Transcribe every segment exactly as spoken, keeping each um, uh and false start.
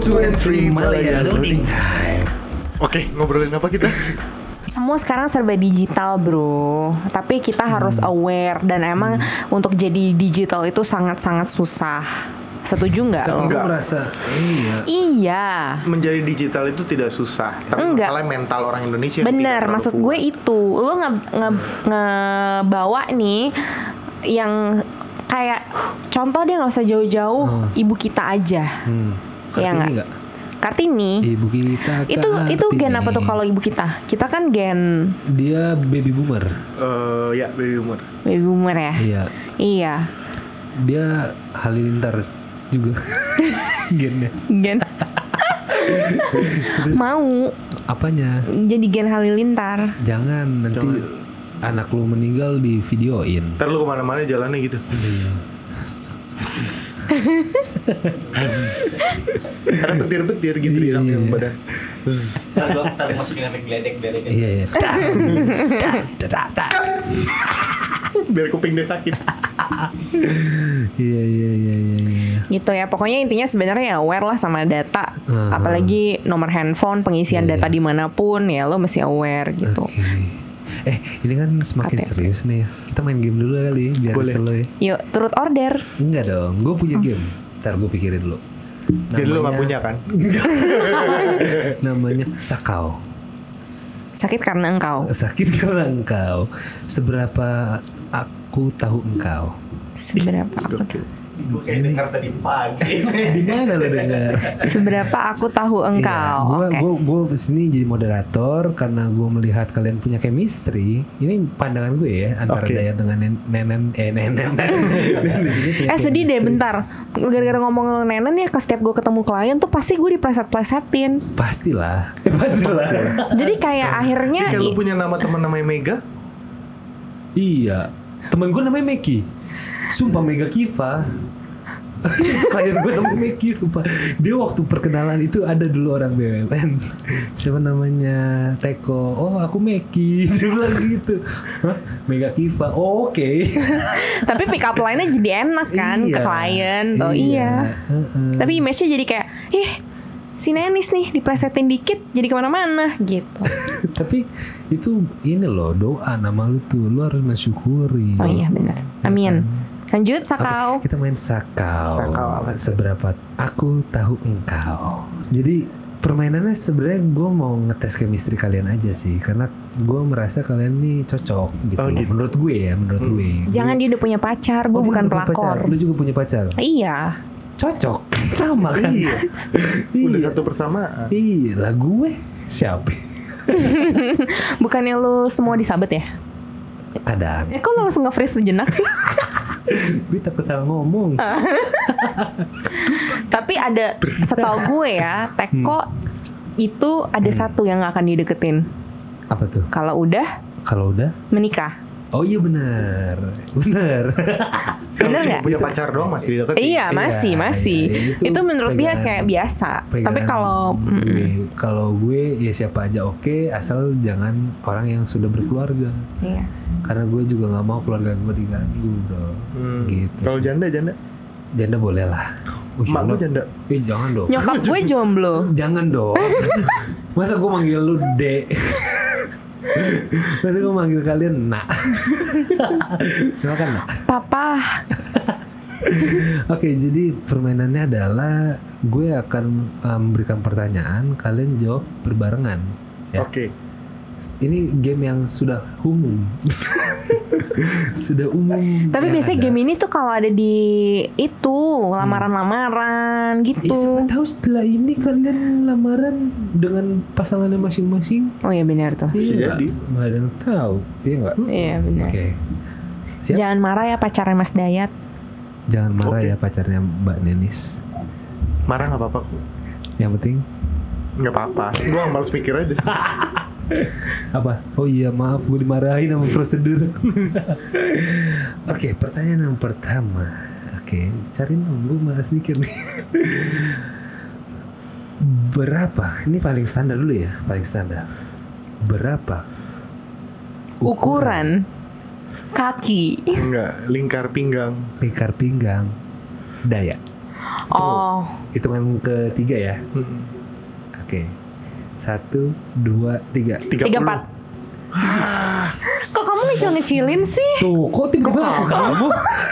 two and three Malaya loading time. Oke, ngobrolin apa kita? Semua sekarang serba digital bro. Tapi kita harus Hmm. aware. Dan emang Hmm. untuk jadi digital itu sangat-sangat susah. Setuju nggak lo? Gue merasa iya. Iya. Menjadi digital itu tidak susah, tapi Enggak. masalah mental orang Indonesia yang Bener, tidak terlalu maksud kuat. gue itu. Lo nge, nge, ngebawa nih yang kayak contoh deh, nggak usah jauh-jauh, Hmm. ibu kita aja. Hmm. Iya Kartini nggak? nggak? Kartini. Ibu kita Itu itu Kartini. gen apa tuh kalau ibu kita? Kita kan gen Dia baby boomer. Eh, ya baby boomer. baby boomer ya. Iya. Iya. Dia halilintar juga. Gennya. Gen. Mau Apanya? jadi gen halilintar. Jangan nanti Jangan. anak lu meninggal di videoin. Ntar lu kemana-mana jalannya gitu. Ada petir-petir gitu di Iya, dalam iya. badan. Ntar gue ntar masukin efek geledek-geledek. Iya iya. Biar kuping dia sakit. Iya iya iya iya. Gitu ya. Pokoknya intinya sebenarnya ya aware lah sama data. Uh-huh. Apalagi nomor handphone, pengisian Iya, data iya. dimanapun ya lo mesti aware gitu. Oke. Eh ini kan semakin K T P. serius nih. Kita main game dulu kali biar Boleh. seru ya. Yuk turut order. Enggak dong. Gue punya game. Ntar gue pikirin dulu. Jadi lu gak punya kan? Namanya Sakau. Sakit karena engkau. Sakit karena engkau. Seberapa aku tahu engkau. Seberapa aku tahu. Gue kayak denger tadi pagi. Di mana lo dengar? Seberapa aku tahu engkau. Gue Oke. gue gue sini jadi moderator karena gue melihat kalian punya chemistry. Ini pandangan gue ya antara Oke. Dayat dengan nen- nenen eh nenen. Nenen di sini punya Eh sedih deh chemistry. bentar. Gara-gara ngomong nenen ya, ke setiap gue ketemu klien tuh pasti gue dipleset-plesetin. Pastilah. Eh, pastilah. Jadi kayak akhirnya Kayak lu i- punya nama teman namanya Mega? Iya. Temen gue namanya Meki. Sumpah Mega Kiva. Klien gue namanya Meki. Sumpah. Dia waktu perkenalan itu ada dulu orang B U M N. Siapa namanya? Teko. Oh aku Meki. Dia bilang gitu. Hah? Mega Kiva. Oh, oke. tapi pick up line-nya jadi enak kan ke Iya. klien. Oh iya. Heeh. Tapi image-nya jadi kayak, ih si Nenis nih diplesetin dikit jadi kemana-mana gitu. Tapi itu ini loh doa nama lu tuh. Lu harus mensyukuri. Oh iya benar. Amin. Lanjut Oke, Sakau. kita main sakau. Sakau apa tuh? Seberapa aku tahu engkau. Jadi permainannya sebenarnya gue mau ngetes chemistry kalian aja sih, karena gue merasa kalian nih cocok gitu. Oh, gitu. Menurut gue ya, menurut gue. Jangan dia udah punya pacar, gue Oh, dia bukan udah punya pelakor. pacar. Lu juga punya pacar. Iya. Cocok. Sama kan? Iya. Udah Iya. satu persamaan. Iya lah gue siapa? Bukannya lu semua disabet ya? Kadang. Eh kok lu langsung nge-freeze sejenak sih? Gue takut salah ngomong. Tapi ada, setahu gue ya, Teko itu ada satu yang gak akan dideketin. Apa tuh? Kalau udah Kalau udah? menikah. Oh iya benar. Benar. Bener nggak? Punya pacar doang masih dideketin. Iya masih Iya, masih. iya, itu, itu menurut dia pegangan- kayak biasa. Pegangan Tapi kalau mm, gue, kalau gue ya siapa aja oke, asal jangan orang yang sudah berkeluarga. iya. Karena gue juga nggak mau keluarga gue diganggu dong. Hmm. Gitu. Kalau sih. janda janda. Janda boleh lah. Uh, Mak gue janda. janda. Eh jangan dong. Nyokap gue jomblo. Jangan dong. Masa gue manggil lu Dek? Masa gue manggil kalian Nak? Silakan Nak. Papa. Oke, jadi permainannya adalah gue akan uh, memberikan pertanyaan, kalian jawab berbarengan. Ya. Oke. Ini game yang sudah umum. Sudah umum. Tapi yang biasanya ada. game ini tuh kalau ada di itu lamaran-lamaran Ih, gitu. siapa tahu setelah ini kalian lamaran dengan pasangannya masing-masing. Oh iya benar tuh. Bisa Iya, jadi. nggak ada yang tahu. Iya nggak? Iya benar. Oke. Siap. Jangan marah ya pacarnya Mas Dayat. Jangan marah Oke. ya pacarnya Mbak Nenis. Marah nggak apa-apa. Yang penting Nggak apa-apa. Gue nggak males mikir aja. apa? Oh iya maaf, gue dimarahin sama prosedur. Oke, pertanyaan yang pertama. Oke, cari dong, gue malas mikir nih. Berapa? Ini paling standar dulu ya, paling standar. Berapa Ukuran kaki. Enggak, lingkar pinggang. lingkar pinggang Dayak? Oh, Hitungan ketiga ya. Hmm. Oke. Satu, dua, tiga. tiga empat. Kok kamu ngecil-ngecilin sih? Tuh, kok tiba-tiba aku kamu?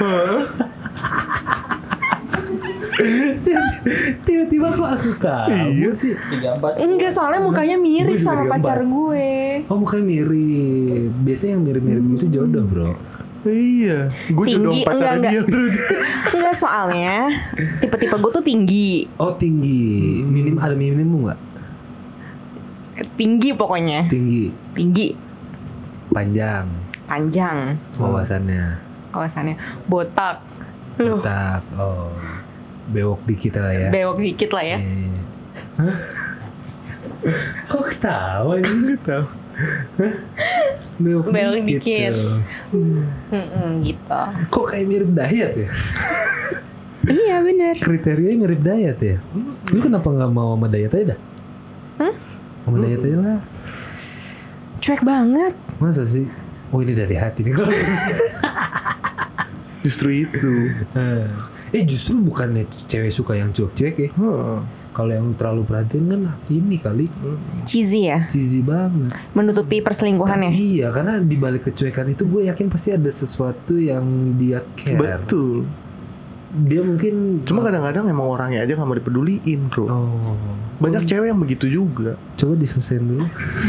Tiba-tiba kok aku kamu sih? Tiga empat. Enggak, soalnya mukanya mirip Gue juga sama digambar. pacar gue. Oh, mukanya mirip. Biasanya yang mirip-mirip gitu jodoh, bro. Iya, gue jodoh Tinggi, pacarnya enggak, dia. Enggak, soalnya tipe-tipe gue tuh tinggi. Oh, tinggi. Minim ada minimum nggak? Tinggi pokoknya. Tinggi. Tinggi, Panjang. panjang, Wawasannya. kawasannya botak. Loh, Tak. Oh. Bewok dikit lah ya. bewok dikit lah ya. Iya. Hah? Kok ketawa sih? Nggak tahu. Bewok, Bewok dikit. dikit. tuh. Mm-mm, gitu. Kok kayak mirip Dayat ya? Iya bener. Kriterianya mirip Dayat ya? Lu kenapa nggak mau sama Dayat aja dah? Hah? Sama Dayat aja lah. Cuek banget. Masa sih? Oh, ini dari hati nih. Justru itu. Eh, justru bukannya cewek suka yang cuek-cuek ya? Huh. Kalau yang terlalu perhatian kan ini kali Cheesy ya, cheesy banget. menutupi perselingkuhannya. Iya, karena di balik kecuekan itu gue yakin pasti ada sesuatu yang dia care. Betul. Dia mungkin Cuma kadang-kadang emang orangnya aja nggak mau dipeduliin, bro. Oh, Banyak cewek yang begitu juga. coba diselesain dulu.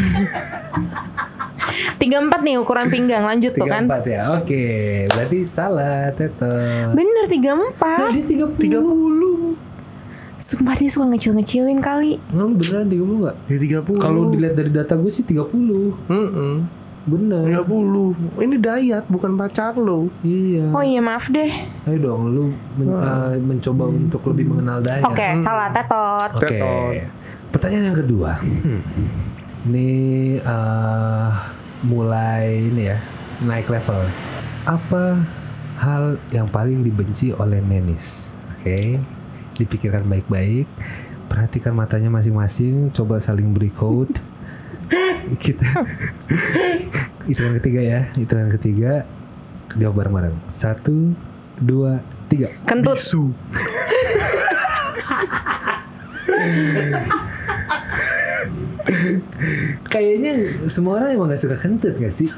tiga empat nih ukuran pinggang, lanjut tuh tiga kan. empat ya. Oke, berarti salah, Teto. Bener tiga Nah, empat. dia tiga puluh. tiga puluh. Sumpah dia suka ngecil-ngecilin kali. Nggak, lu beneran tiga puluh nggak? Ya tiga puluh. Kalau dilihat dari data gue sih tiga puluh. Heeh. Bener. tiga puluh. Ini Dayat bukan pacar lo. Iya. Oh iya maaf deh. Ayo dong, lu men- eh, mencoba untuk lebih mengenal Dayat. Oke, salah tetot. Oke. Tetot. Pertanyaan yang kedua. Ini eh, mulai ini ya, naik level. Apa hal yang paling dibenci oleh Nenis? Oke. Dipikirkan baik-baik. Perhatikan matanya masing-masing, coba saling beri code. Kita hitungan ketiga ya, hitungan ketiga. Jawab bareng-bareng. Satu, dua, tiga. Kentut. Bisu. Kayaknya semua orang emang gak suka kentut gak sih?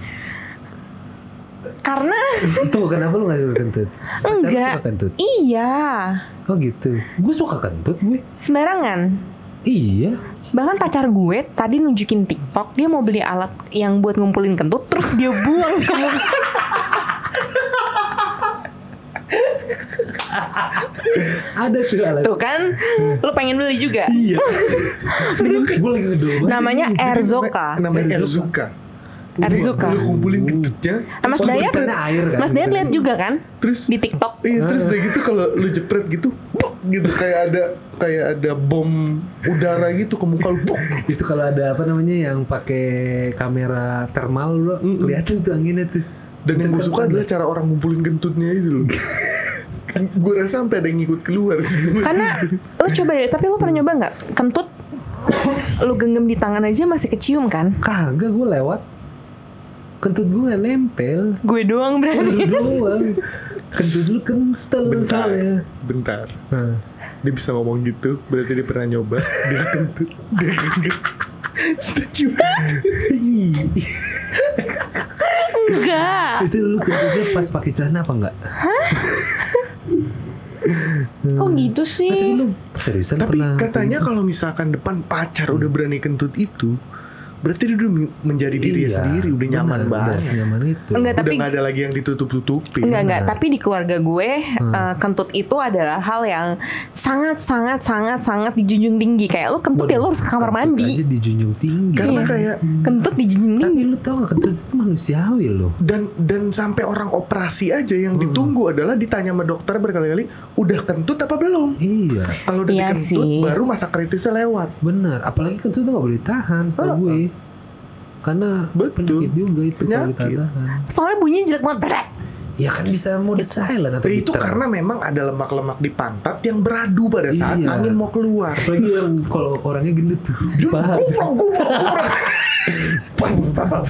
Karena Tuh kenapa lu gak suka kentut? Pacar lu enggak. suka kentut? Iya. Oh gitu. Gue suka kentut gue. Sembarangan. Iya. Bahkan pacar gue tadi nunjukin TikTok, dia mau beli alat yang buat ngumpulin kentut, terus dia buang ke muka. Ada tuh alat. Tuh kan, lo pengen beli juga. Iya. Gue lagi ngedol banget. Namanya Erzoka. Namanya Erzuka. Erzuka. Lu kumpulin kentutnya. Ah, Mas Oh, Dayat, tulisannya air kan? Mas Dayat lihat juga kan Terus di TikTok. Iya, terus udah gitu kalau lu jepret gitu, buk, gitu kayak ada kayak ada bom udara gitu ke muka lu. Buk. Itu kalau ada apa namanya yang pakai kamera thermal lo kelihatan tuh anginnya tuh. Dan yang gue suka adalah cara orang ngumpulin kentutnya itu loh. Gue rasa sampai ada yang ngikut keluar sih. Karena lo coba deh, tapi lo pernah nyoba nggak kentut lo genggam di tangan aja masih kecium kan? Kagak, gue lewat. Kentut gue gak nempel. Gue doang Lu berarti. doang. Kentut lu kental Bentar, soalnya. bentar. Hah. Dia bisa ngomong gitu, berarti dia pernah nyoba. Dia kentut, dia genggam. Setuju. Enggak. Itu lu kentutnya pas pakai celana apa enggak? Kok gitu Tapi sih? lu seriusan Tapi pernah? katanya kalau misalkan depan pacar udah berani kentut itu, berarti dia udah menjadi dirinya Iya, sendiri, udah nyaman benar, banget. udah nyaman itu. Enggak, Udah tapi nggak ada lagi yang ditutup-tutupin. Enggak, enggak, Benar. tapi di keluarga gue eh, kentut itu adalah hal yang sangat sangat sangat sangat dijunjung tinggi. Kayak lo kentut ya lo harus ke kamar Kentut mandi. aja dijunjung tinggi. Karena Iya. kayak Kentut dijunjung tinggi. Tapi lu tau gak kentut itu manusiawi loh. dan dan sampai orang operasi aja yang ditunggu adalah ditanya sama dokter berkali-kali, udah kentut apa belum? Iya, Kalau udah Iya dikentut sih. baru masa kritisnya lewat. bener. Apalagi kentut tuh gak boleh ditahan setahu Ah, gue. Karena Betul. penyakit juga itu kalau Penyakit. ditahan. Soalnya bunyinya jelek banget. Brek. Ya kan bisa mode silent atau Nah, itu gitar. karena memang ada lemak-lemak di pantat yang beradu pada saat Iya. angin mau keluar. Apalagi yang kalau orangnya gendut tuh dibahas. Gubrak, gubrak, gubrak.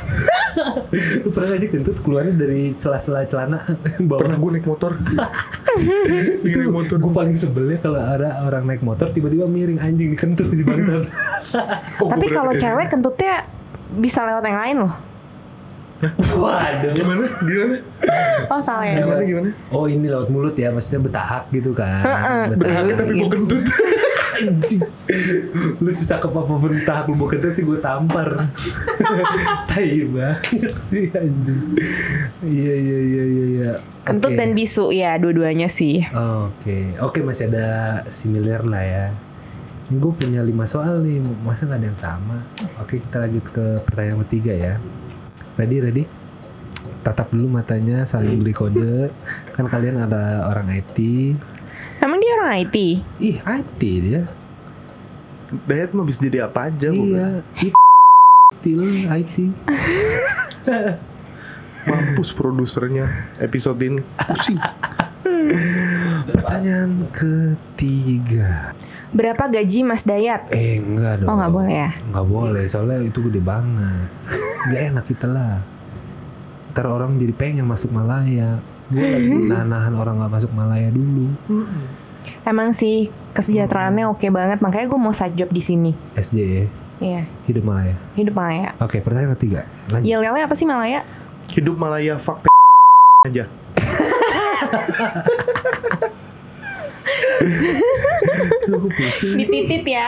Lu pernah gak sih kentut keluarnya dari sela-sela celana bawah? Pernah gue naik motor Itu gue paling sebelnya kalau ada orang naik motor tiba-tiba miring anjing dikentut si bangsat. Oh, Tapi gua kalau berarti- cewek kentutnya bisa lewat yang lain loh. Waduh. Gimana? Gimana? Oh salah ya. Gimana gimana? Oh ini lewat mulut ya, maksudnya betahak gitu kan. Heeh. Betahak tapi gue kentut. Anjing. Lu secakep apapun betahak lu bawa kentut sih gue tampar. Tai banget sih anjing. Iya iya iya iya iya. Kentut Oke. dan bisu ya dua-duanya sih. Oke, oke masih ada similar lah ya. Gue punya lima soal nih, masa nggak ada yang sama? Oke kita lanjut ke pertanyaan ketiga ya. Ready, ready? Tatap dulu matanya, saling beri kode. Kan kalian ada orang I T. Emang dia orang I T? Ih, I T dia. Dayat mah bisa jadi apa aja. Iya, I T I T. Mampus produsernya episode ini. Pusing. Pertanyaan ketiga. Berapa gaji Mas Dayat? Eh, enggak dong. Oh, nggak boleh ya? Nggak boleh, soalnya itu gede banget. Gak enak kita lah. Ntar orang jadi pengen masuk Malaya. Gue lagi nahan orang nggak masuk Malaya dulu. Emang sih kesejahteraannya oke banget, makanya gue mau side job di sini. S J ya, Iya, hidup Malaya. hidup Malaya. Oke, pertanyaan ketiga. Lanjut. Yel-yelnya apa sih Malaya? Hidup Malaya fuck aja. Lu pusing. Dititip ya.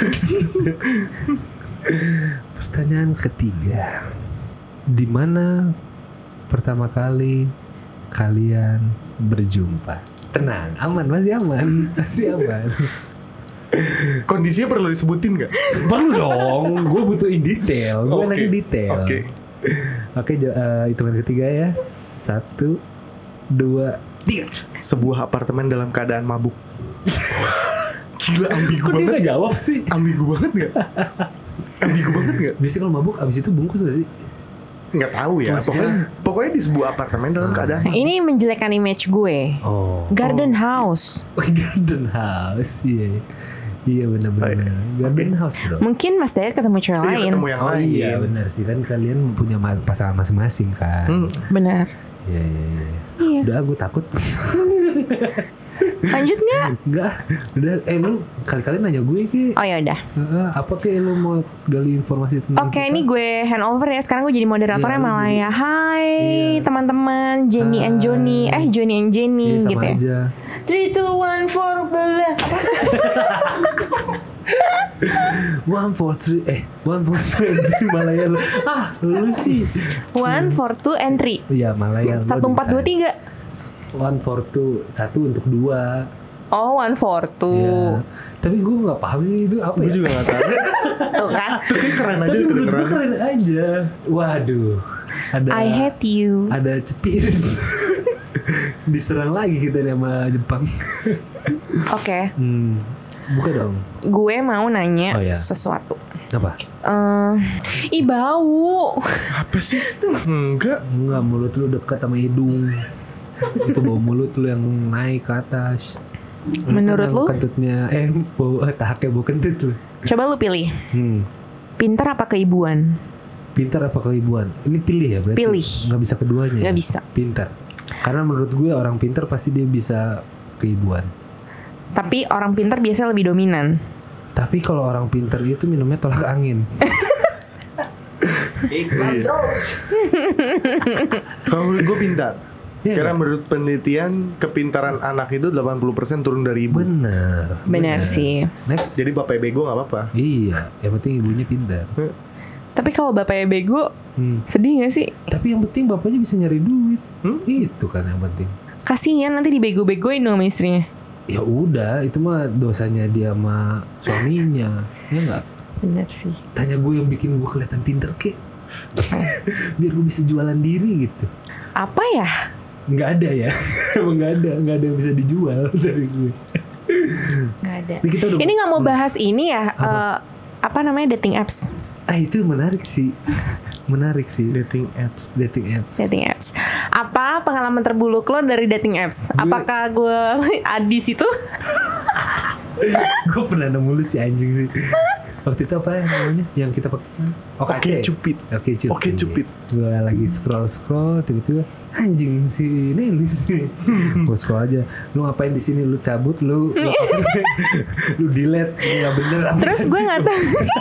Pertanyaan ketiga. Di mana pertama kali kalian berjumpa? Tenang, aman, masih aman, masih aman. Kondisinya perlu disebutin nggak? Perlu dong, gue butuh in detail, gue Oke. enaknya detail. Oke. Oke, jo- eh, hitungan ketiga ya. Satu, dua, tiga. Sebuah apartemen dalam keadaan mabuk. Gila ambigu Kok dia banget. gak jawab sih? Ambigu banget nggak? Ambigu banget nggak? Biasanya kalau mabuk abis itu bungkus gak sih? Nggak tahu ya. Maksudnya- Pokoknya, pokoknya di sebuah apartemen dalam keadaan. Ini menjelekkan image gue. Oh. Garden house. Oh, Garden House, iya. Iya benar-benar. Garden House bro. Mungkin Mas Dayat ketemu cewek Iya, lain. ketemu yang Oh lain. iya benar sih kan kalian punya ma- pasangan masing-masing kan. Hmm. Benar. Iya iya iya. Iya. Udah gue takut. Lanjut nggak? Enggak. Udah eh lu kali-kali nanya gue ki. Oh ya udah. Heeh, apa kayak lu mau gali informasi tentang Oke, kita? ini gue handover ya. Sekarang gue jadi moderatornya Iya, lu Malaya. Hai Iya. teman-teman, Jenny and Hai. Johnny. Eh, Johnny and Jenny Iya, sama gitu ya. aja. Three, two, one, four, blah. One four three eh one four three Malaya lu. Ah, lu sih. One, four, two, and three. Iya, Malaya. lu Satu, empat, dua, ditanya. tiga. One four two, satu untuk dua. Oh, one, four, Iya. two. Tapi gue nggak paham sih itu apa Gue ya. juga nggak tahu. Tuh kan. Itu kayak keren aja Tapi menurut gue kedengeran. keren aja. Waduh. Ada I hate you. ada cepirit. Diserang lagi kita nih sama Jepang. Oke, Hmm. Buka dong. gue mau nanya Oh, ya. sesuatu. Apa? Eh, ih bau. Apa sih? Enggak. Enggak, mulut lu dekat sama hidung. Itu bau mulut lu yang naik ke atas. Menurut Yang lu? Kentutnya eh bau eh, tahaknya bau kentut lu. Coba lu pilih. Hmm. Pintar apa keibuan? Pintar apa keibuan? Ini pilih ya berarti. Pilih. Nggak bisa keduanya. Nggak ya? bisa. Pintar. Karena menurut gue orang pintar pasti dia bisa keibuan. Tapi orang pintar biasanya lebih dominan. Tapi kalau orang pintar itu minumnya tolak angin. Iklan terus. Kalau gue pintar. Iya Karena nggak? menurut penelitian kepintaran anak itu delapan puluh persen turun dari ibu. Bener. Benar sih. Next. Jadi bapaknya bego nggak apa-apa. Iya, yang penting ibunya pintar. Tapi kalau bapaknya bego, Hmm. sedih gak sih? Tapi yang penting bapaknya bisa nyari duit. Hmm? Itu kan yang penting. Kasihan nanti dibego-begoin dong sama istrinya. Ya udah, itu mah dosanya dia sama suaminya. Ya enggak? Benar sih. Tanya gue yang bikin gue kelihatan pinter kek. Biar gue bisa jualan diri gitu. Apa ya? Nggak ada ya. Emang nggak ada, nggak ada yang bisa dijual dari gue. Gak ada. Ini kita udah Ini nggak mau bahas ini ya? Apa? eh, apa namanya dating apps? Ah itu menarik sih. Menarik sih. Dating apps. Dating apps. Dating apps. Apa pengalaman terburuk lo dari dating apps? Gue- Apakah gue di situ? Gue pernah nemu lu si anjing sih. Waktu itu apa namanya yang kita pakai? O K C. Oke Cupid. Oke Cupid. Oke Cupid. Gue lagi scroll scroll tiba-tiba anjing si Nelis nih. Gue scroll aja. Lu ngapain di sini? Lu cabut lu. Lu, lu delete. Lu nggak bener. Terus gue nggak tahu.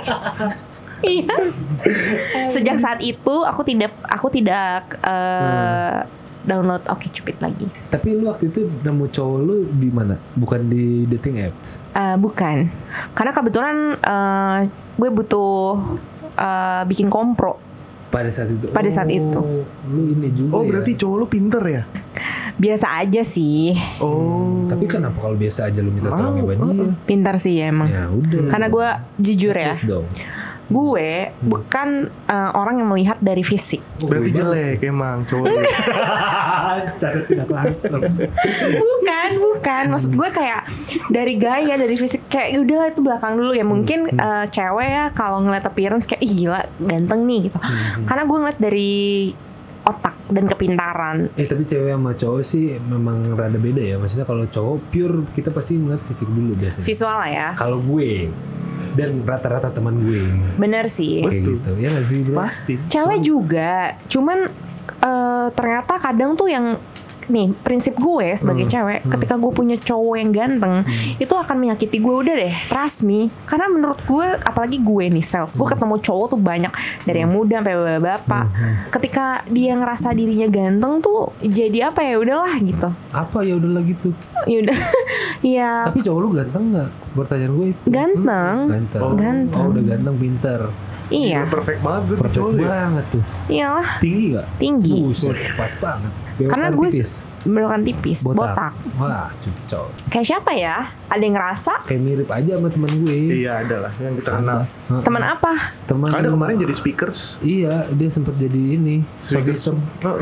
Iya. Sejak saat itu aku tidak aku tidak uh, download Oke Cupid lagi. Tapi lu waktu itu nemu cowok lu di mana? Bukan di dating apps? Uh, bukan. Karena kebetulan uh, gue butuh uh, bikin kompro. Pada saat itu. Pada saat itu. Lu ini juga. Oh ya? berarti cowok lu pinter ya? Biasa aja sih. Oh. Tapi kenapa kalau biasa aja lu minta tolong Oh, sama dia? Pintar sih emang. Ya udah. Karena gue jujur ya. Dong. Gue bukan uh, orang yang melihat dari fisik. Berarti jelek emang cowok lu. Secara tidak langsung. Bukan, bukan. Maksud gue kayak dari gaya, dari fisik kayak udah itu belakang dulu ya. Mungkin uh, cewek ya kalau ngeliat appearance kayak ih gila ganteng nih gitu. Karena gue ngeliat dari otak dan kepintaran. Eh tapi cewek sama cowok sih memang rada beda ya. Maksudnya kalau cowok pure kita pasti ngeliat fisik dulu biasanya. Visual lah ya. Kalau gue dan rata-rata teman gue Bener sih. kayak gitu. Ya nggak sih bro? Pasti. Cewek juga. Cuman uh, ternyata kadang tuh yang nih prinsip gue sebagai cewek ketika gue punya cowok yang ganteng itu akan menyakiti gue. Udah deh, trust me. Karena menurut gue apalagi gue nih sales, gue ketemu cowok tuh banyak dari yang muda sampai bapak. Ketika dia ngerasa dirinya ganteng tuh jadi apa ya udahlah gitu. Apa ya udahlah gitu. Ya udah. Ya Tapi cowok lu ganteng nggak? Pertanyaan gue itu. ganteng. Ganteng. Oh. Ganteng. Oh udah ganteng, pinter. Iya. Perfect banget berarti Perfect cowok lu ya. banget tuh. Iyalah, Tinggi gak? tinggi. Buset, pas banget. Karena Belokan gue tipis. belokan tipis, botak. Wah, cucok. Kayak siapa ya? Ada yang ngerasa? Kayak mirip aja sama teman gue. Iya ada lah yang kita kenal. Heeh. Teman apa? Teman. Ada kemarin jadi speakers. Iya, dia sempat jadi ini sound Speakers. system. Oh.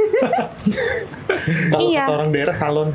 Kalau Iya. kata orang daerah salon.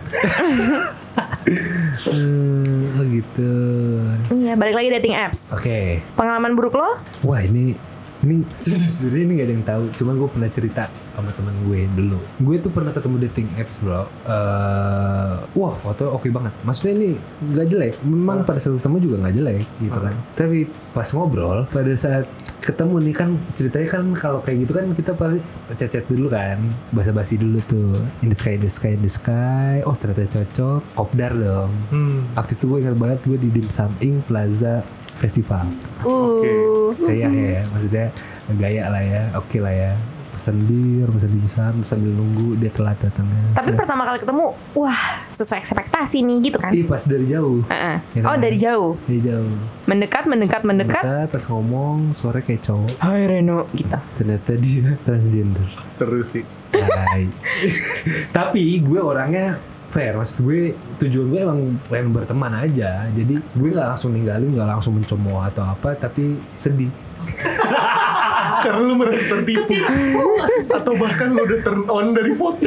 Hmm, oh gitu. Iya, balik lagi dating app. Oke. Pengalaman buruk lo? Wah ini ini sebenarnya ini gak ada yang tahu. Cuman gue pernah cerita sama teman gue dulu. Gue tuh pernah ketemu dating apps bro. Uh, wah foto oke banget. Maksudnya ini nggak jelek. Memang pada saat ketemu juga nggak jelek gitu kan. Tapi pas ngobrol pada saat ketemu nih kan ceritanya kan kalau kayak gitu kan kita paling chat-chat dulu kan, basa-basi dulu tuh, in the sky, in the sky, in the sky. Oh ternyata cocok, kopdar dong. Hmm. Waktu itu gue ingat banget gue di Dim Sum Ing Plaza Festival. Uh. Saya ya, maksudnya gaya lah ya, oke lah ya. Pesan bir, pesan dimsum sambil nunggu dia telat datangnya. Tapi Saya- pertama kali ketemu, wah sesuai ekspektasi nih gitu kan? Ih pas dari jauh, Heeh. Ya Oh kan? dari jauh, dari jauh. mendekat, mendekat, mendekat. Dekat, pas ngomong suara kayak cowok. Hai Reno, gitu. Ternyata dia transgender. Seru sih. Hai. Tapi gue orangnya fair, maksud gue tujuan gue emang pengen berteman aja. Jadi gue nggak langsung ninggalin, nggak langsung mencemooh atau apa, tapi sedih. Karena lu merasa tertipu. Atau bahkan lu udah turn on dari foto.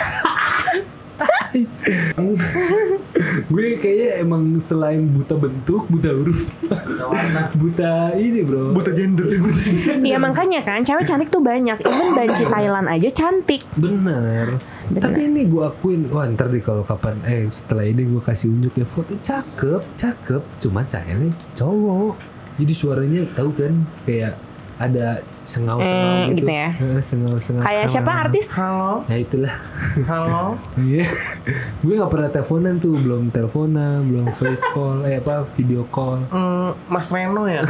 Gue kayaknya emang selain buta bentuk, buta huruf, buta ini bro. Buta gender. Iya makanya kan, cewek cantik tuh banyak. Even banci Thailand aja cantik. Bener. Bener. Tapi ini gue akuin, wah ntar deh kalau kapan, eh setelah ini gue kasih unjuk ya foto cakep, cakep. Cuman sayangnya cowok. Jadi suaranya tahu kan kayak ada sengau-sengau Hmm, gitu. gitu ya. Eh, Sengau-sengau. Kayak siapa artis? Halo. Ya itulah. Halo. Iya. Gue gak pernah teleponan tuh, belum teleponan, belum voice call, eh apa video call. Hmm, Mas Reno ya.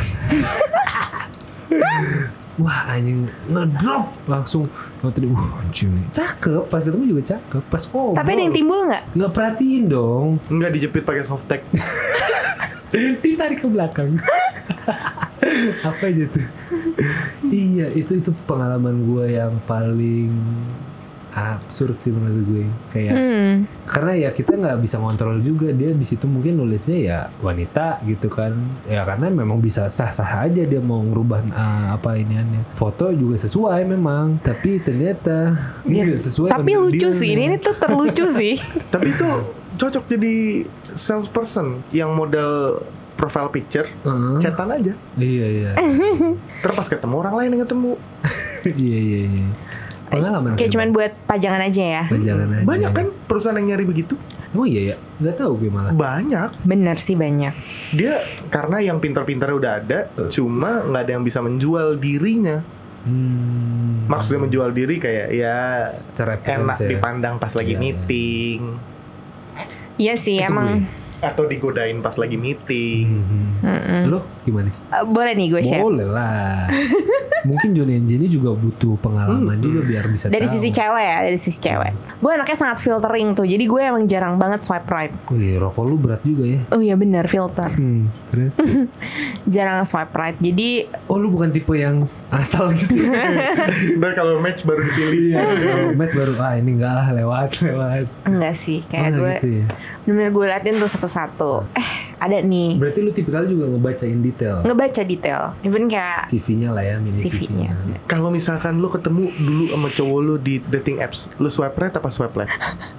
Wah anjing ngedrop langsung nonton, wah anjing cakep, pas ketemu juga cakep, pas ngobrol Tapi ada yang timbul nggak? nggak perhatiin dong. Enggak dijepit pakai soft tag. Ditarik ke belakang. Apa aja tuh? Iya itu itu pengalaman gue yang paling absurd sih menurut gue, kayak Hmm. karena ya kita nggak bisa ngontrol juga dia di situ, mungkin nulisnya ya wanita gitu kan ya, karena memang bisa sah-sah aja dia mau ngerubah uh, apa iniannya, foto juga sesuai memang, tapi ternyata Ya, ini nggak sesuai. tapi sama lucu dealnya. sih, ini, ini tuh terlucu sih. Tapi itu cocok jadi salesperson yang model profile picture, Heeh. chatan aja. Iya iya. Terus pas ketemu orang lain yang ketemu. Iya iya iya. Pengalaman Kayak sih, cuman buat pajangan aja ya. pajangan aja. Banyak kan perusahaan yang nyari begitu. Emang iya ya? Nggak tahu gue malah. Banyak. Bener sih banyak. Dia karena yang pintar-pintar udah ada, cuma nggak ada yang bisa menjual dirinya. Hmm. Maksudnya menjual diri kayak ya Secara enak appearance ya. dipandang pas lagi Iya, iya. meeting, Iya sih Itu emang. atau digodain pas lagi meeting. Hmm. Lo gimana? Uh, boleh nih gue share. Boleh lah. Mungkin Johnny and Jenny juga butuh pengalaman juga biar bisa Dari tahu. sisi cewek ya, dari sisi cewek. Gue anaknya sangat filtering tuh. Jadi gue emang jarang banget swipe right. Wih, rokok lu berat juga ya. Oh iya bener, filter. Hmm. Terus? Jarang swipe right. Jadi Oh lu bukan tipe yang asal gitu. Ntar kalau match baru dipilih. Kalau match baru ah ini enggak lah lewat lewat. enggak sih, kayak Oh, gue gitu ya. bener-bener gue liatin tuh satu-satu. Eh ada nih, Berarti lu tipikal juga ngebacain detail. ngebaca detail. Even kayak C V-nya lah ya, mini C V-nya. C V-nya. Kalau misalkan lu ketemu dulu sama cowok lu di dating apps, lu swipe right apa swipe left?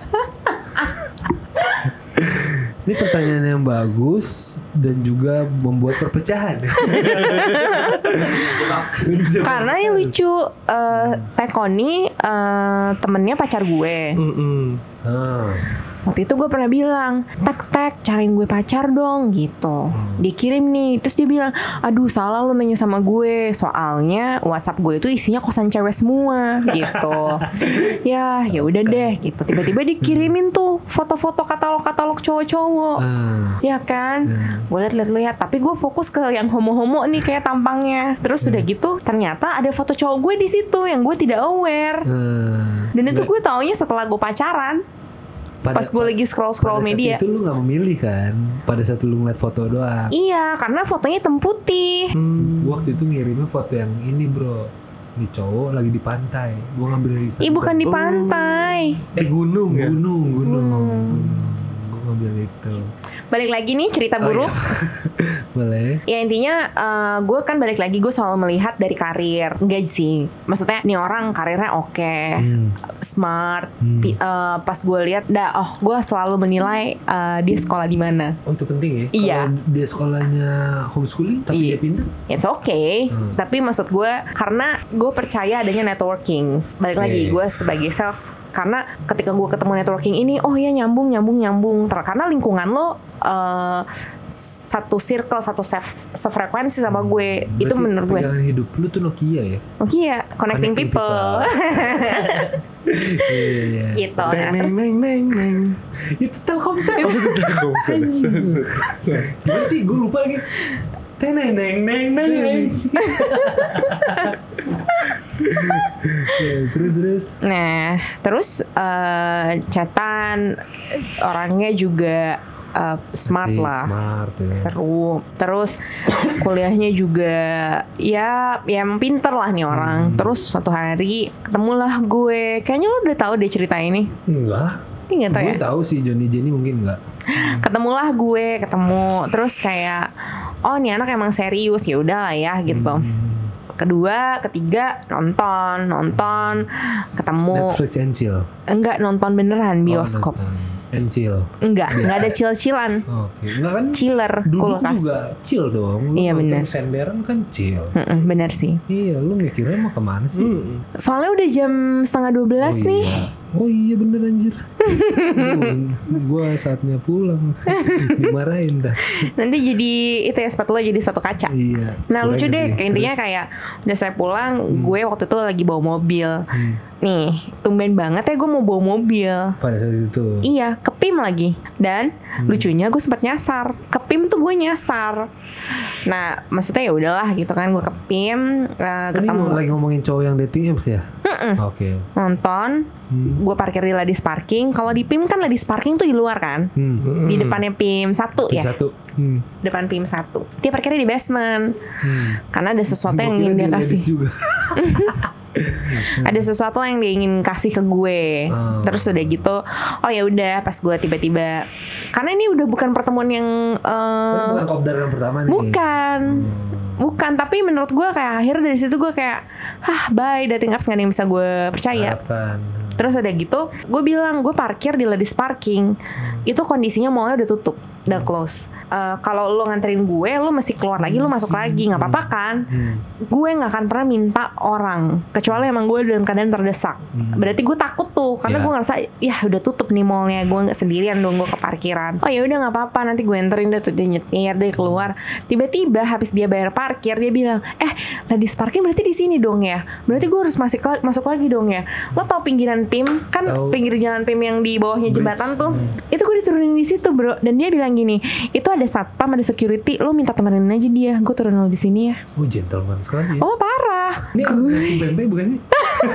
Ini pertanyaan yang bagus dan juga membuat perpecahan. karena ini lucu. Uh, Tekoni uh, temennya pacar gue. Mm-mm. Ah. Waktu itu gue pernah bilang, tek tek cariin gue pacar dong gitu. Dikirim nih, terus dia bilang, aduh salah lu nanya sama gue, soalnya WhatsApp gue itu isinya kosan cewek semua gitu. Ya ya udah deh gitu. Tiba-tiba dikirimin tuh foto-foto katalog-katalog cowok-cowok. Ah. Ya kan, gue liat-liat-liat, tapi gue fokus ke yang homo-homo nih kayak tampangnya. Terus udah gitu, ternyata ada foto cowok gue di situ yang gue tidak aware. Ah. Dan itu gue taunya setelah gue pacaran. Pada- Pas gue lagi scroll-scroll pada saat media. itu lu gak memilih kan. Pada saat lu ngeliat foto doang. Iya, karena fotonya hitam putih. Hmm. Waktu itu ngirimnya foto yang ini bro. Di cowok lagi di pantai. Gua ngambil dari sana. Ih, bukan di pantai. Di gunung ya? Gunung, gunung. gunung. Gua ngambil itu. Balik lagi nih cerita Oh, buruk. iya. Boleh. Ya intinya uh, gue kan balik lagi gue selalu melihat dari karir. Enggak sih. Maksudnya nih orang karirnya oke, Hmm. smart. Hmm. Pi- uh, pas gue lihat, dah, oh gue selalu menilai uh, dia sekolah di mana. Oh itu penting ya. Iya. Kalau dia sekolahnya homeschooling tapi Iya. dia pintar. It's okay. Hmm. Tapi maksud gue karena gue percaya adanya networking. Balik lagi Oke. gue sebagai sales, karena ketika gue ketemu networking ini, oh ya nyambung nyambung nyambung. Ter- Karena lingkungan lo uh, satu circle, satu sef- sefrekuensi sama gue. Itu Berarti menurut gue. pegangan hidup lu tuh Nokia ya. Oke ya, connecting, Connecting people. Iya iya. Gitu. Nah, Neng neng terus neng neng neng. Itu Telkomsel. Gimana sih? Gue lupa lagi. Teneng neng neng neng. Ya, terus terus. Nah, terus uh, chatan, orangnya juga uh, smart Asik, lah. Smart ya. Seru. Terus kuliahnya juga ya yang pinter lah nih orang. Terus suatu hari ketemulah gue. Kayaknya lo udah tahu deh cerita ini. Enggak. Ini nggak tahu Gue ya. tahu sih Johnny Jenny mungkin enggak. Ketemulah gue, ketemu. Terus kayak oh nih anak emang serius, ya udah lah ya gitu. Kedua, ketiga nonton, nonton, ketemu. Netflix and chill. Enggak nonton beneran bioskop. Oh, nonton. and chill. Enggak, enggak ada chill-chillan. Oke, enggak kan? Chiller, Duduk kulkas. juga chill dong. Lu Iya, nonton bener. senderan kan chill. Mm-mm, bener sih. Iya, lu mikirnya mau kemana sih? Soalnya udah jam setengah dua belas oh, nih. Iya. Oh iya bener anjir. Gue saatnya pulang. Dimarahin dah. Nanti jadi itu ya, sepatu lo jadi sepatu kaca. Iya. Nah lucu Kurang deh, sih. kayak intinya Terus? kayak udah saya pulang, gue waktu itu lagi bawa mobil. Hmm. Nih, tumben banget ya gue mau bawa mobil. Pada saat itu. Iya, ke P I M lagi. Dan Hmm. lucunya gue sempat nyasar. Ke P I M tuh gue nyasar. Nah, maksudnya ya udahlah gitu kan, gue ke P I M uh, Tadi ketemu lagi ngomongin cowok yang dating apps ya? Oke. nonton, Hmm. gue parkir di Ladis Parking. Kalau di P I M kan Ladis Parking tuh di luar kan? Hmm. Di depannya P I M satu ya. Satu. Hmm. Depan P I M satu. Dia parkirnya di basement. Hmm. Karena ada sesuatu Gua yang kira ingin dia ladies kasih. juga. Ada sesuatu yang dia ingin kasih ke gue. Oh. Terus udah gitu, oh ya udah pas gue tiba-tiba, karena ini udah bukan pertemuan yang Tapi eh, bukan kopdar yang pertama nih. bukan. Bukan, tapi menurut gue kayak akhirnya dari situ gue kayak, hah bye, dating apps gak ada yang bisa gue percaya. Harapan. Terus udah gitu, gue bilang gue parkir di Ladis Parking. Itu kondisinya mallnya udah tutup, udah close. Eh, kalau lo nganterin gue, lo mesti keluar lagi, lo masuk lagi, nggak apa-apa kan? Gue nggak akan pernah minta orang, kecuali emang gue dalam keadaan terdesak. Berarti gue takut tuh situ karena Ya. gue ngerasa ya udah tutup nih mallnya, gue nggak sendirian dong, gue ke parkiran. Oh ya udah nggak apa-apa, nanti gue enterin deh tuh, dia nyetir deh keluar. Tiba-tiba habis dia bayar parkir dia bilang, eh ladies parking berarti di sini dong ya, berarti gue harus masuk masuk lagi dong ya. Lo tau pinggiran P I M kan, Tahu. pinggir jalan P I M yang di bawahnya Bridge. jembatan tuh, Hmm. itu gue diturunin di situ bro. Dan dia bilang gini, itu ada satpam, ada security, lo minta temenin aja dia, gue turun lo di sini ya. Oh gentleman sekali ya. Oh parah. Ini nasi pempek bukan sih?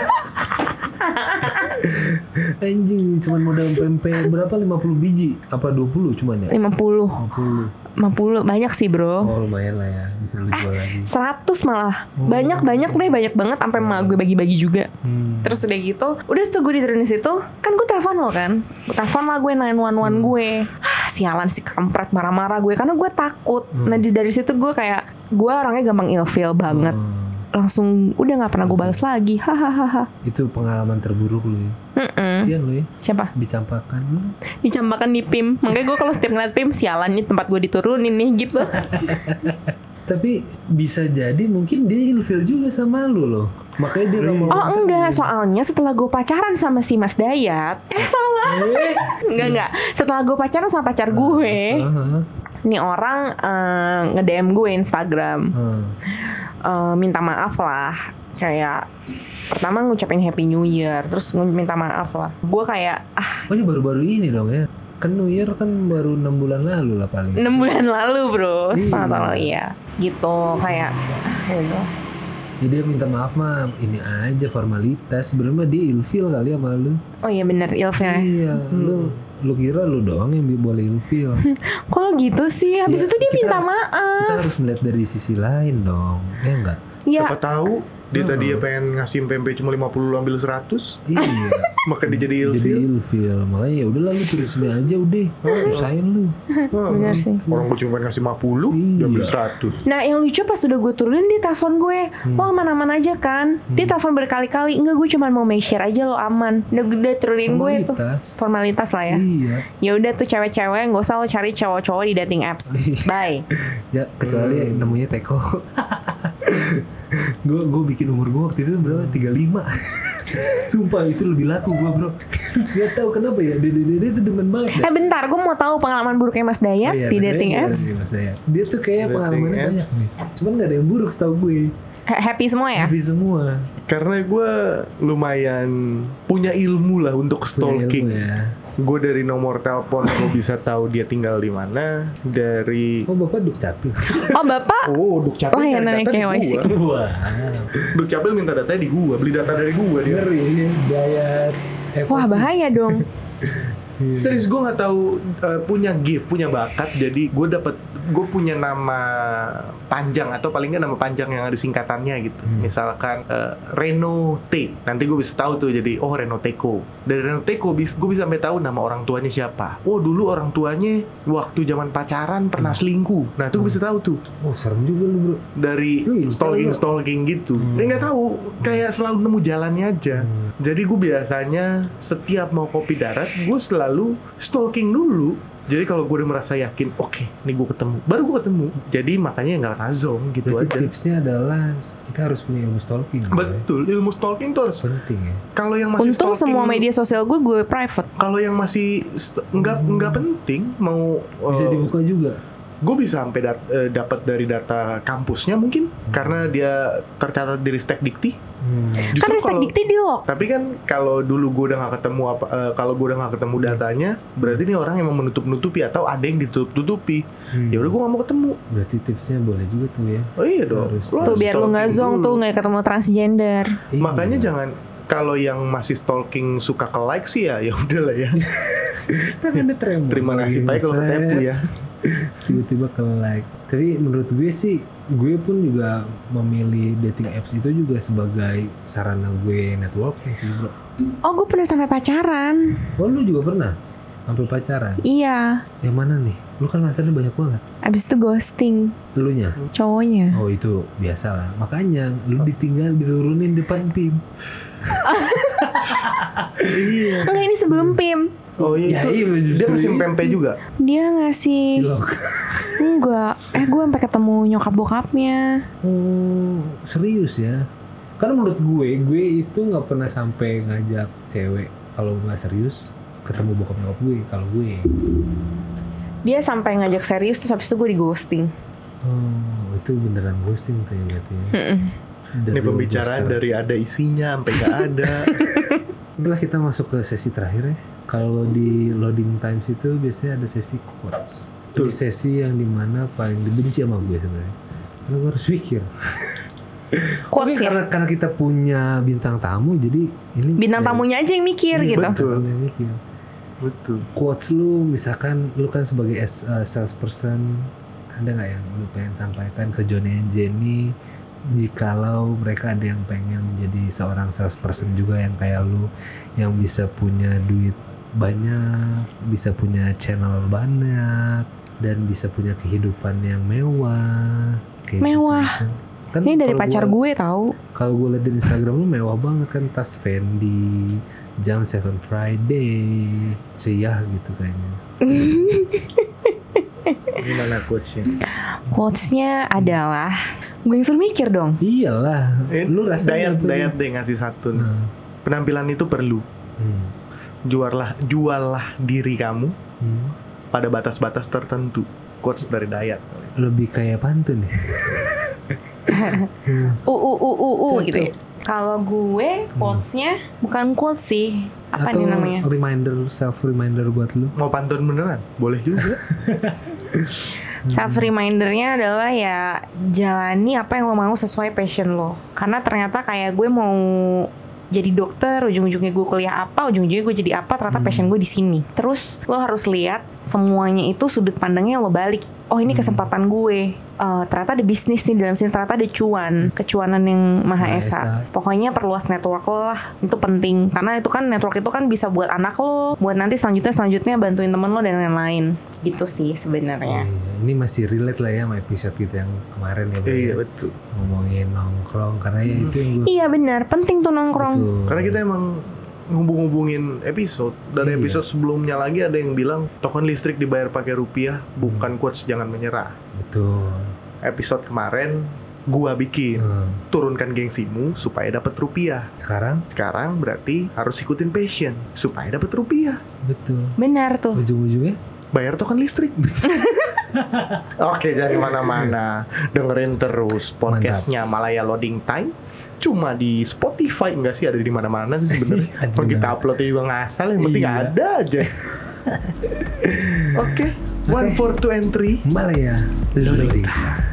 Anjing, cuman modal pempek berapa? lima puluh biji apa dua puluh cuman ya? lima puluh lima puluh. lima puluh banyak sih bro. Oh lumayan lah ya. Bisa lu jual lagi. seratus malah. Banyak-banyak deh, banyak banget sampai emak gue bagi-bagi juga. Hmm. Terus udah gitu, udah tuh gue diturunin di situ, kan gue telepon lo kan. Gue telepon lah gue nine one one gue. Ah, sialan si kampret, marah-marah gue karena gue takut. Nah di- dari situ gue kayak, gue orangnya gampang ilfeel banget. Hmm. Langsung udah nggak pernah gue balas lagi. Hahaha. Itu pengalaman terburuk lu ya. Mm-mm. Sian lu ya. Siapa? Dicampakan lu. Dicampakan di P I M. Makanya gue kalau setiap ngeliat P I M, sialan nih tempat gue diturunin nih gitu. Tapi bisa jadi mungkin dia ilfil juga sama lu loh. Makanya dia gak mau Oh nganterin. enggak, soalnya setelah gue pacaran sama si Mas Dayat, eh salah. Eh. Enggak enggak. Setelah gue pacaran sama pacar gue, Heeh. nih orang eh, nge-D M gue Instagram, Heeh. Eh, minta maaf lah, kayak pertama ngucapin Happy New Year, terus nge- minta maaf lah. Gue kayak ah Oh ini baru-baru ini dong ya. Kan New Year kan baru enam bulan lalu lah paling. enam bulan lalu bro, Iya. setengah tahun lalu ya, gitu kayak. Ah, ya udah. Ya dia minta maaf mah ini aja formalitas. Sebenarnya dia ilfil kali sama lu. Oh iya bener ilfil. ya. Iya, lu lu kira lu doang yang bi- boleh ilfil. Kok gitu sih? Habis Ya, itu dia kita minta harus- maaf. Kita harus melihat dari sisi lain dong. Ya enggak? Ya, Siapa tahu dia tadi ya pengen ngasih pempek cuma lima puluh, lu ambil seratus, Iya. maka dia jadi Jadi ilfil. ilfil. Makanya ya udahlah lu terusin aja udah. Usahain lu. Wah, bener sih. Orang gue cuma pengen ngasih lima puluh, dia ambil Iya. seratus. Nah yang lucu pas udah gue turunin dia telepon gue, wah aman-aman aja kan? Dia telepon berkali-kali, enggak gue cuma mau make sure aja lo aman. Udah udah turunin gue tuh. Formalitas. Formalitas lah ya. Iya. Ya udah tuh cewek-cewek nggak usah lo cari cowok-cowok di dating apps. Bye. Ya kecuali namanya Teko. Gue gue bikin umur gue waktu itu berapa? tiga puluh lima. Sumpah itu lebih laku gue bro. Gak tahu kenapa ya. Dede dede itu demen banget. Eh bentar, gue mau tahu pengalaman buruknya Mas Dayat Oh iya, di Mas dating Dayat, apps. iya, Mas Dayat. Dia tuh kayak Dating pengalamannya apps. banyak nih. Cuman gak ada yang buruk setahu gue. Ha- Happy semua ya? Tapi semua Karena gue lumayan punya ilmu lah untuk punya stalking. ilmu ya. Gue dari nomor telepon gue bisa tahu dia tinggal di mana. Dari Oh bapak dukcapil. Oh bapak oh, Dukcapil layanannya cari data K Y C. di gua. Wah. Dukcapil minta datanya di gua, beli data dari gua dia. Ngeri gaya. Wah bahaya dong. Serius gue nggak tahu uh, punya gift, punya bakat. Jadi gue dapat, gue punya nama panjang atau paling nggak nama panjang yang ada singkatannya gitu. Misalkan uh, Reno T. Nanti gue bisa tahu tuh jadi oh Reno Teko. Dari Reno Teko bis, gue bisa sampai tahu nama orang tuanya siapa. Oh dulu orang tuanya waktu zaman pacaran pernah selingkuh. Nah itu gue bisa tahu tuh Oh serem juga lu bro. dari Lu intel stalking lu. stalking gitu. Ya nggak tahu, kayak selalu nemu jalannya aja. Jadi gue biasanya setiap mau kopi darat, gue selalu stalking dulu. Jadi kalau gue udah merasa yakin, oke, nih gue ketemu, baru gue ketemu. Jadi makanya nggak razong gitu Berarti aja. tipsnya adalah kita harus punya ilmu stalking. bro, ya. Betul, ilmu stalking tuh harus. Penting ya. Kalau yang masih Untung stalking, semua media sosial gue gue private. kalau yang masih st- nggak nggak penting mau Bisa uh, dibuka juga. gue bisa sampai dat- eh, dapat dari data kampusnya mungkin karena dia tercatat di Ristek Dikti. Hmm. Justru Kan Ristek kalau- Dikti di lock. Tapi kan kalau dulu gue udah nggak ketemu apa, eh, kalau gue udah nggak ketemu datanya, berarti ini orang emang menutup-nutupi atau ada yang ditutup-tutupi. Hmm. Ya udah gue nggak mau ketemu. Berarti tipsnya boleh juga tuh ya. Oh iya dong. Harus. Lo Tuh harus biar lu nggak stalking zong dulu. tuh nggak ketemu transgender. Iya. Makanya jangan, kalau yang masih stalking suka ke like sih ya, ya udahlah ya. Kan ada tremor. Terima kasih Pak kalau ketipu ya. Tiba-tiba ke like. Tapi menurut gue sih, gue pun juga memilih dating apps itu juga sebagai sarana gue networking sih bro. Oh gue pernah sampai pacaran. Oh lu juga pernah? Sampai pacaran? Iya. Yang mana nih? Lu kan mantannya banyak banget. Abis itu ghosting Elunya? cowoknya. Oh itu biasa lah. Makanya lu ditinggal diturunin depan tim. Iya. Enggak ini sebelum P I M. Oh iya, Ya, itu iya, justru dia ngasih itu. pempek juga. Dia ngasih Cilok. enggak. Eh gue sampai ketemu nyokap bokapnya. Oh serius ya? Karena menurut gue, gue itu nggak pernah sampai ngajak cewek kalau nggak serius ketemu bokap nyokap gue. Kalau gue, Dia sampai ngajak serius terus habis itu gue di ghosting. oh itu beneran ghosting tuh ya berarti. Ya. Mm-mm. Dan Ini lu pembicaraan ghoster. dari ada isinya sampai nggak ada. Setelah kita masuk ke sesi terakhir ya. Kalau di loading times itu biasanya ada sesi quotes. Ini Betul. sesi yang dimana paling dibenci sama gue sebenarnya. Karena gue harus pikir. Quotes Tapi ya. karena karena kita punya bintang tamu, jadi ini Bintang kayak- tamunya aja yang mikir Iya, gitu. betul. tamunya yang mikir. Betul. Quotes lu, misalkan lu kan sebagai as- uh, salesperson, ada nggak yang lu pengen sampaikan ke Johnny and Jenny? Jikalau mereka ada yang pengen menjadi seorang salesperson juga yang kayak lu, yang bisa punya duit banyak, bisa punya channel banyak, dan bisa punya kehidupan yang mewah. Kayak Mewah. gitu-gitu. Kan Ini dari kalau pacar gua- gue tahu. Kalau gue liat di Instagram lu mewah banget kan, tas Fendi, jam Seven Friday, ciyah gitu kayaknya. Gimana quotesnya? Quotesnya adalah gue yang suruh mikir dong. Iyalah, Eh, lu rasanya Dayat, apa Dayat nih? deh ngasih satu nih. Nah, Penampilan itu perlu. hmm, Juallah, juallah diri kamu hmm. pada batas-batas tertentu. Quotes dari Dayat. Lebih kayak pantun ya. U u u u u Cocok. gitu ya. Kalau gue quotesnya bukan quotes sih. Apa Atau nih namanya? reminder, self reminder buat lu. Mau pantun beneran? Boleh juga. Self remindernya adalah ya jalani apa yang lo mau sesuai passion lo. Karena ternyata kayak gue mau jadi dokter, ujung-ujungnya gue kuliah apa, ujung-ujungnya gue jadi apa, ternyata passion gue di sini. Terus lo harus lihat semuanya itu sudut pandangnya lo balik. Oh ini kesempatan gue. Eh, ternyata ada bisnis nih dalam sini, ternyata ada cuan, kecuanan yang maha Maha esa. esa. Pokoknya perluas network lo lah, itu penting. Karena itu kan network itu kan bisa buat anak lo, buat nanti selanjutnya selanjutnya bantuin temen lo dan lain-lain. Gitu sih sebenarnya. Iya, ini masih relate lah ya sama episode kita yang kemarin ya, Bro, Iya ya. betul. Ngomongin nongkrong, karena ya itu yang gue. Iya benar, penting tuh nongkrong. Betul. Karena kita emang ngubung-ngubungin episode. Dari Iya. episode sebelumnya lagi ada yang bilang token listrik dibayar pakai rupiah, bukan quotes jangan menyerah. Betul. Episode kemarin gua bikin Hmm. turunkan gengsimu supaya dapat rupiah. Sekarang Sekarang berarti harus ikutin passion supaya dapat rupiah. betul. Benar tuh. Ujung-ujungnya Bayar token listrik. Oke, jadi mana-mana dengerin terus podcastnya Malaya Loading Time. Cuma di Spotify enggak sih, ada di mana-mana sih sebenarnya. Ada Kalau di kita mana. upload juga ngasal, yang penting Iya. ada aja. Oke, one, four, two, and three. Malaya Loading Time.